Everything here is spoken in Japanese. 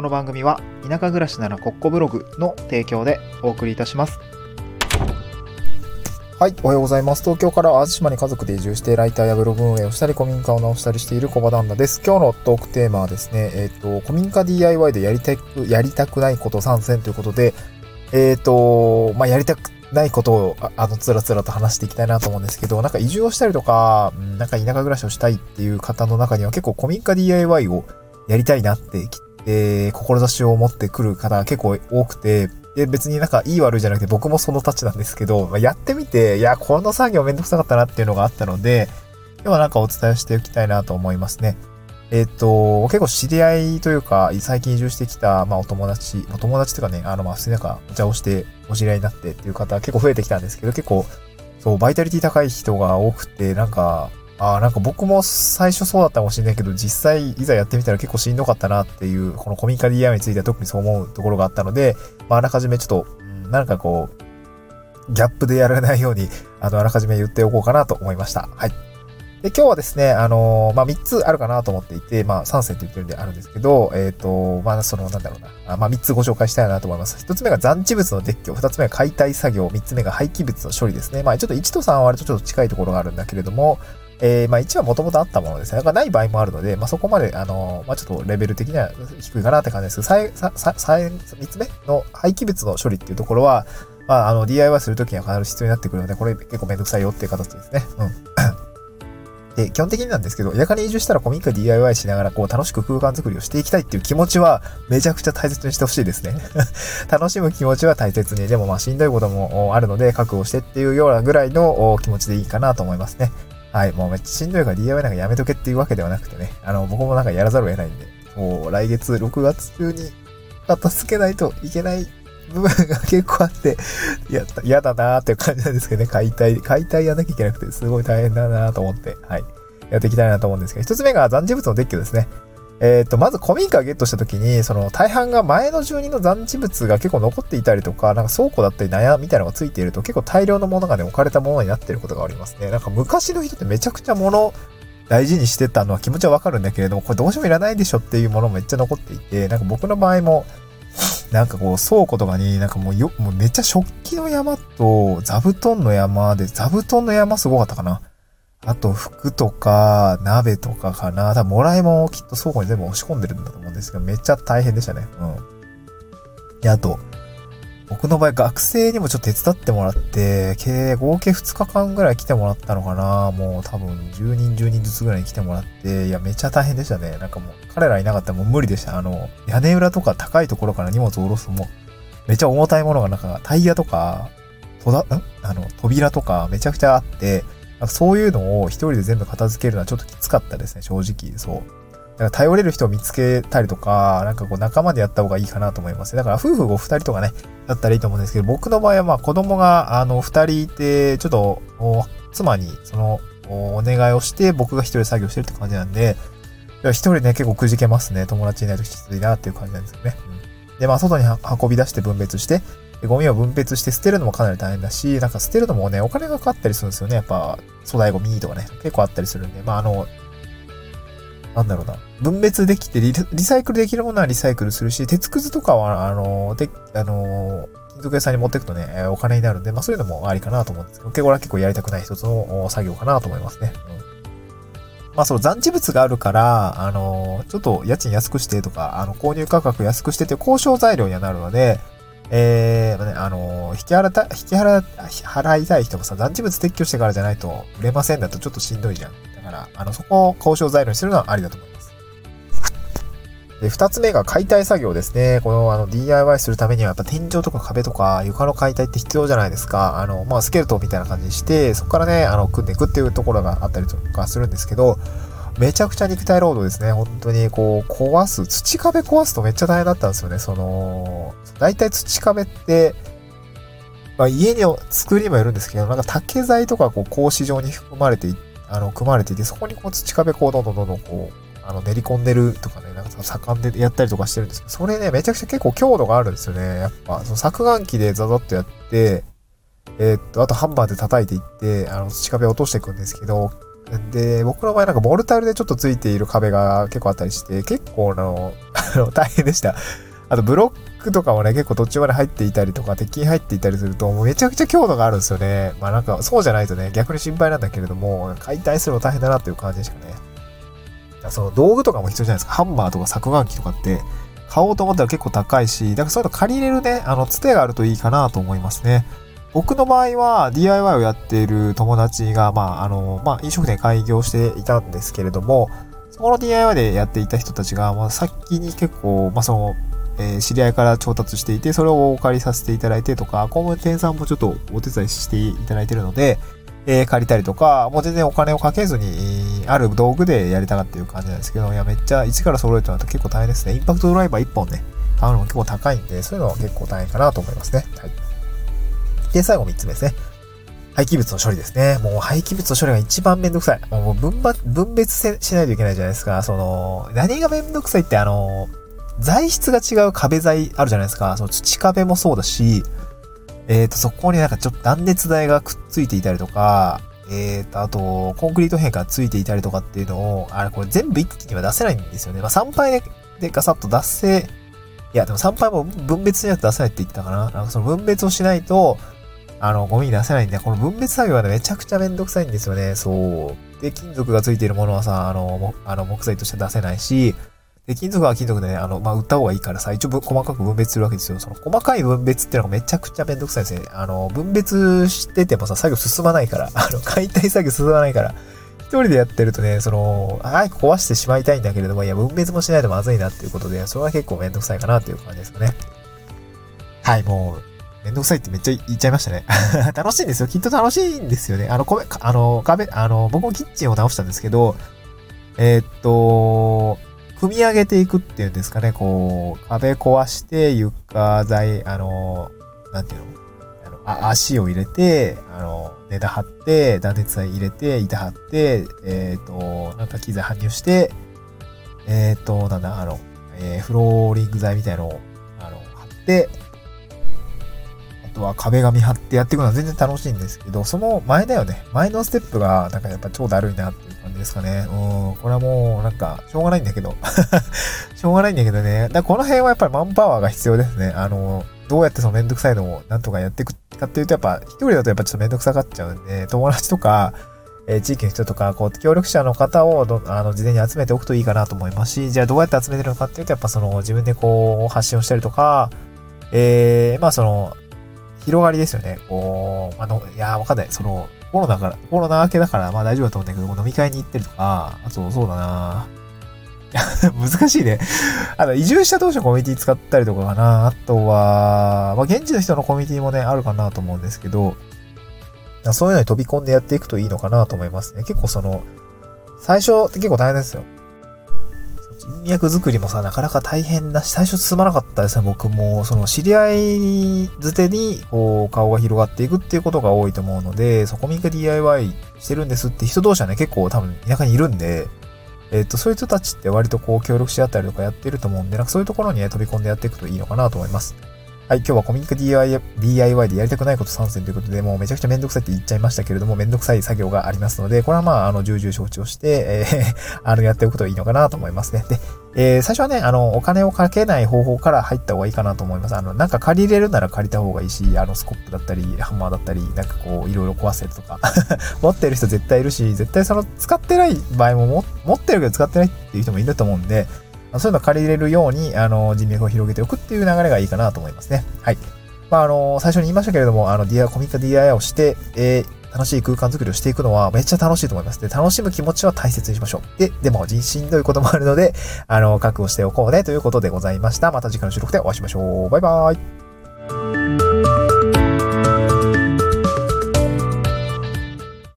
の番組は田舎暮らしならコッコブログの提供でお送りいたします。 はい、おはようございます。東京から淡路島に家族で移住してライターやブログ運営をしたり古民家を直したりしている小場旦那です。今日のトークテーマはですね、古民家 DIY でやりたくないこと参戦ということで、やりたくないことをつらつらと話していきたいなと思うんですけど、なんか移住をしたりとか、なんか田舎暮らしをしたいっていう方の中には結構古民家 DIY をやりたいなって志を持ってくる方が結構多くて、で、別になんかいい悪いじゃなくて僕もその立ちなんですけど、やってみて、いや、この作業めんどくさかったなっていうのがあったので、今日はなんかお伝えしておきたいなと思いますね。結構知り合いというか、最近移住してきた、お友達というかね、普通になんかお茶をしてお知り合いになってっていう方結構増えてきたんですけど、結構、そう、バイタリティ高い人が多くて、なんか僕も最初そうだったかもしれないけど、実際いざやってみたら結構しんどかったなっていう、この古民家 DIY については特にそう思うところがあったので、あらかじめちょっと、なんかこう、ギャップでやられないように、あらかじめ言っておこうかなと思いました。はい。で、今日はですね、3つあるかなと思っていて、3選って言ってるんであるんですけど、3つご紹介したいなと思います。1つ目が残地物の撤去、2つ目が解体作業、3つ目が廃棄物の処理ですね。ちょっと1と3は割とちょっと近いところがあるんだけれども、1はもともとあったものですね。だからない場合もあるので、そこまで、ちょっとレベル的には低いかなって感じですけど、3つ目の廃棄物の処理っていうところは、DIY するときには必ず必要になってくるので、これ結構めんどくさいよっていう形ですね。で、基本的になんですけど、田舎に移住したら古民家 DIY しながら楽しく空間作りをしていきたいっていう気持ちはめちゃくちゃ大切にしてほしいですね。楽しむ気持ちは大切に、でもしんどいこともあるので覚悟してっていうようなぐらいの気持ちでいいかなと思いますね。はい、もうめっちゃしんどいから DIY なんかやめとけっていうわけではなくてね、僕もなんかやらざるを得ないんで、もう来月6月中に片付けないといけない部分が結構あって、嫌だなーっていう感じなんですけどね、解体やんなきゃいけなくて、すごい大変だなーと思って、はい。やっていきたいなと思うんですけど、一つ目が残地物の撤去ですね。まず古民家をゲットした時に、その大半が前の住人の残地物が結構残っていたりとか、なんか倉庫だったり納屋みたいなのがついていると結構大量のものがね、置かれたものになっていることがありますね。なんか昔の人ってめちゃくちゃ物大事にしてたのは気持ちはわかるんだけれども、これどうしてもいらないでしょっていうものもめっちゃ残っていて、なんか僕の場合も、なんかこう倉庫とかになんかもうめっちゃ食器の山と座布団の山で、座布団の山すごかったかな。あと服とか鍋とかかな。多分もらいもんをきっと倉庫に全部押し込んでるんだと思うんですけど、めっちゃ大変でしたね。で、あと、僕の場合学生にもちょっと手伝ってもらって、合計2日間ぐらい来てもらったのかな。もう多分10人ずつぐらいに来てもらって、いや、めっちゃ大変でしたね。なんかもう、彼らいなかったらもう無理でした。屋根裏とか高いところから荷物を下ろすもめっちゃ重たいものがなんか、タイヤとか、扉とかめちゃくちゃあって、そういうのを一人で全部片付けるのはちょっときつかったですね、正直。そう。だから頼れる人を見つけたりとか、なんかこう仲間でやった方がいいかなと思いますね。だから夫婦ご二人とかね、だったらいいと思うんですけど、僕の場合は子供が二人いて、ちょっと妻にそのお願いをして僕が一人で作業してるって感じなんで、一人ね結構くじけますね。友達いないときついなっていう感じなんですよね。で、外に運び出して分別して、ゴミを分別して捨てるのもかなり大変だし、なんか捨てるのもね、お金がかかったりするんですよね。やっぱ、粗大ゴミとかね、結構あったりするんで、なんだろうな。分別できてリサイクルできるものはリサイクルするし、鉄くずとかは、金属屋さんに持っていくとね、お金になるんで、そういうのもありかなと思うんですけど、結構やりたくない一つの作業かなと思いますね。その残地物があるから、ちょっと家賃安くしてとか、購入価格安くしてって交渉材料にはなるので、引き払いたい人もさ、残地物撤去してからじゃないと売れませんだとちょっとしんどいじゃん。だから、そこを交渉材料にするのはありだと思います。で、二つ目が解体作業ですね。このDIY するためにはやっぱ天井とか壁とか床の解体って必要じゃないですか。スケルトンみたいな感じにして、そこからね、組んでいくっていうところがあったりとかするんですけど、めちゃくちゃ肉体労働ですね。本当に土壁壊すとめっちゃ大変だったんですよね。大体土壁って、家の作りにもよるんですけど、なんか竹材とか格子状に組まれていて、そこに土壁どんどん練り込んでるとかね、なんか盛んでやったりとかしてるんですけど、それね、めちゃくちゃ結構強度があるんですよね。やっぱ、削岩機でザザッとやって、あとハンマーで叩いていって、土壁を落としていくんですけど、で、僕の場合なんかモルタルでちょっとついている壁が結構あったりして、結構大変でした。あとブロックとかもね、結構途中まで入っていたりとか、鉄筋入っていたりすると、もうめちゃくちゃ強度があるんですよね。まあなんか、そうじゃないとね、逆に心配なんだけれども、解体するの大変だなっていう感じでしたね。その道具とかも必要じゃないですか。ハンマーとか削岩機とかって、買おうと思ったら結構高いし、だからそういうの借りれるね、つてがあるといいかなと思いますね。僕の場合は DIY をやっている友達が、飲食店開業していたんですけれども、そこの DIY でやっていた人たちが、先に結構、知り合いから調達していて、それをお借りさせていただいてとか、工務店さんもちょっとお手伝いしていただいているので、借りたりとか、もう全然お金をかけずに、ある道具でやりたかっていう感じなんですけど、いや、めっちゃ一から揃えるとなると結構大変ですね。インパクトドライバー1本ね、買うのも結構高いんで、そういうのは結構大変かなと思いますね。はい。で、最後3つ目ですね。廃棄物の処理ですね。もう廃棄物の処理が一番めんどくさい。もう分別しないといけないじゃないですか。何がめんどくさいって、材質が違う壁材あるじゃないですか。土壁もそうだし、そこになんかちょっと断熱材がくっついていたりとか、あと、コンクリート片がついていたりとかっていうのを、これ全部一気には出せないんですよね。3杯でガサッと出せ、いや、でも3杯も分別しないと出せないって言ってたかな。なんかその分別をしないと、ゴミに出せないんで、この分別作業はね、めちゃくちゃめんどくさいんですよね。そう。で、金属がついているものはさ、木材として出せないし、で、金属は金属でね、売った方がいいからさ、一応細かく分別するわけですよ。その細かい分別っていうのがめちゃくちゃめんどくさいですね。分別しててもさ、作業進まないから、解体作業進まないから、一人でやってるとね、早く壊してしまいたいんだけれども、いや、分別もしないとまずいなっていうことで、それは結構めんどくさいかなっていう感じですかね。はい、もう、めんどくさいってめっちゃ言っちゃいましたね。楽しいんですよ。きっと楽しいんですよね。僕もキッチンを直したんですけど、組み上げていくっていうんですかね、壁壊して、床材、なんていうの足を入れて、ネタ張って、断熱材入れて、板張って、なんか機材搬入して、フローリング材みたいのを、貼って、あとは壁紙貼ってやっていくのは全然楽しいんですけど、その前だよね。前のステップが、なんかやっぱ超だるいなっていう感じですかね。これはもう、なんか、しょうがないんだけど。しょうがないんだけどね。だからこの辺はやっぱりマンパワーが必要ですね。どうやってそのめんどくさいのをなんとかやっていくかっていうと、やっぱ、一人だとやっぱちょっとめんどくさがっちゃうんで、友達とか、地域の人とか、協力者の方を事前に集めておくといいかなと思いますし、じゃあどうやって集めてるのかっていうと、やっぱ自分で発信をしたりとか、広がりですよね。わかんない。コロナ明けだから、大丈夫だと思うんだけど、飲み会に行ってるとか、あと、そうだな難しいね。移住者同士のコミュニティ使ったりとかかな。あとは、現地の人のコミュニティもね、あるかなと思うんですけど、そういうのに飛び込んでやっていくといいのかなと思いますね。結構最初って結構大変ですよ。人脈作りもさ、なかなか大変だし、最初進まなかったですね。僕も、知り合いづてに、顔が広がっていくっていうことが多いと思うので、コミカ DIY してるんですって人同士はね、結構多分田舎にいるんで、そういう人たちって割と協力し合ったりとかやってると思うんで、なんかそういうところにね、飛び込んでやっていくといいのかなと思います。はい、今日はコミック DIY でやりたくないこと参戦ということで、もうめちゃくちゃめんどくさいって言っちゃいましたけれども、めんどくさい作業がありますので、これは重々承知をして、やっておくといいのかなと思いますね。で、最初はね、お金をかけない方法から入った方がいいかなと思います。なんか借りれるなら借りた方がいいし、スコップだったり、ハンマーだったり、なんかいろいろ壊すやつとか、持ってる人絶対いるし、絶対使ってない場合も持ってるけど使ってないっていう人もいると思うんで、そういうのを借りれるように、人脈を広げておくっていう流れがいいかなと思いますね。はい。最初に言いましたけれども、コミカ DIY をして、楽しい空間作りをしていくのはめっちゃ楽しいと思います。で、楽しむ気持ちは大切にしましょう。でも、しんどいこともあるので、覚悟しておこうねということでございました。また次回の収録でお会いしましょう。バイバーイ。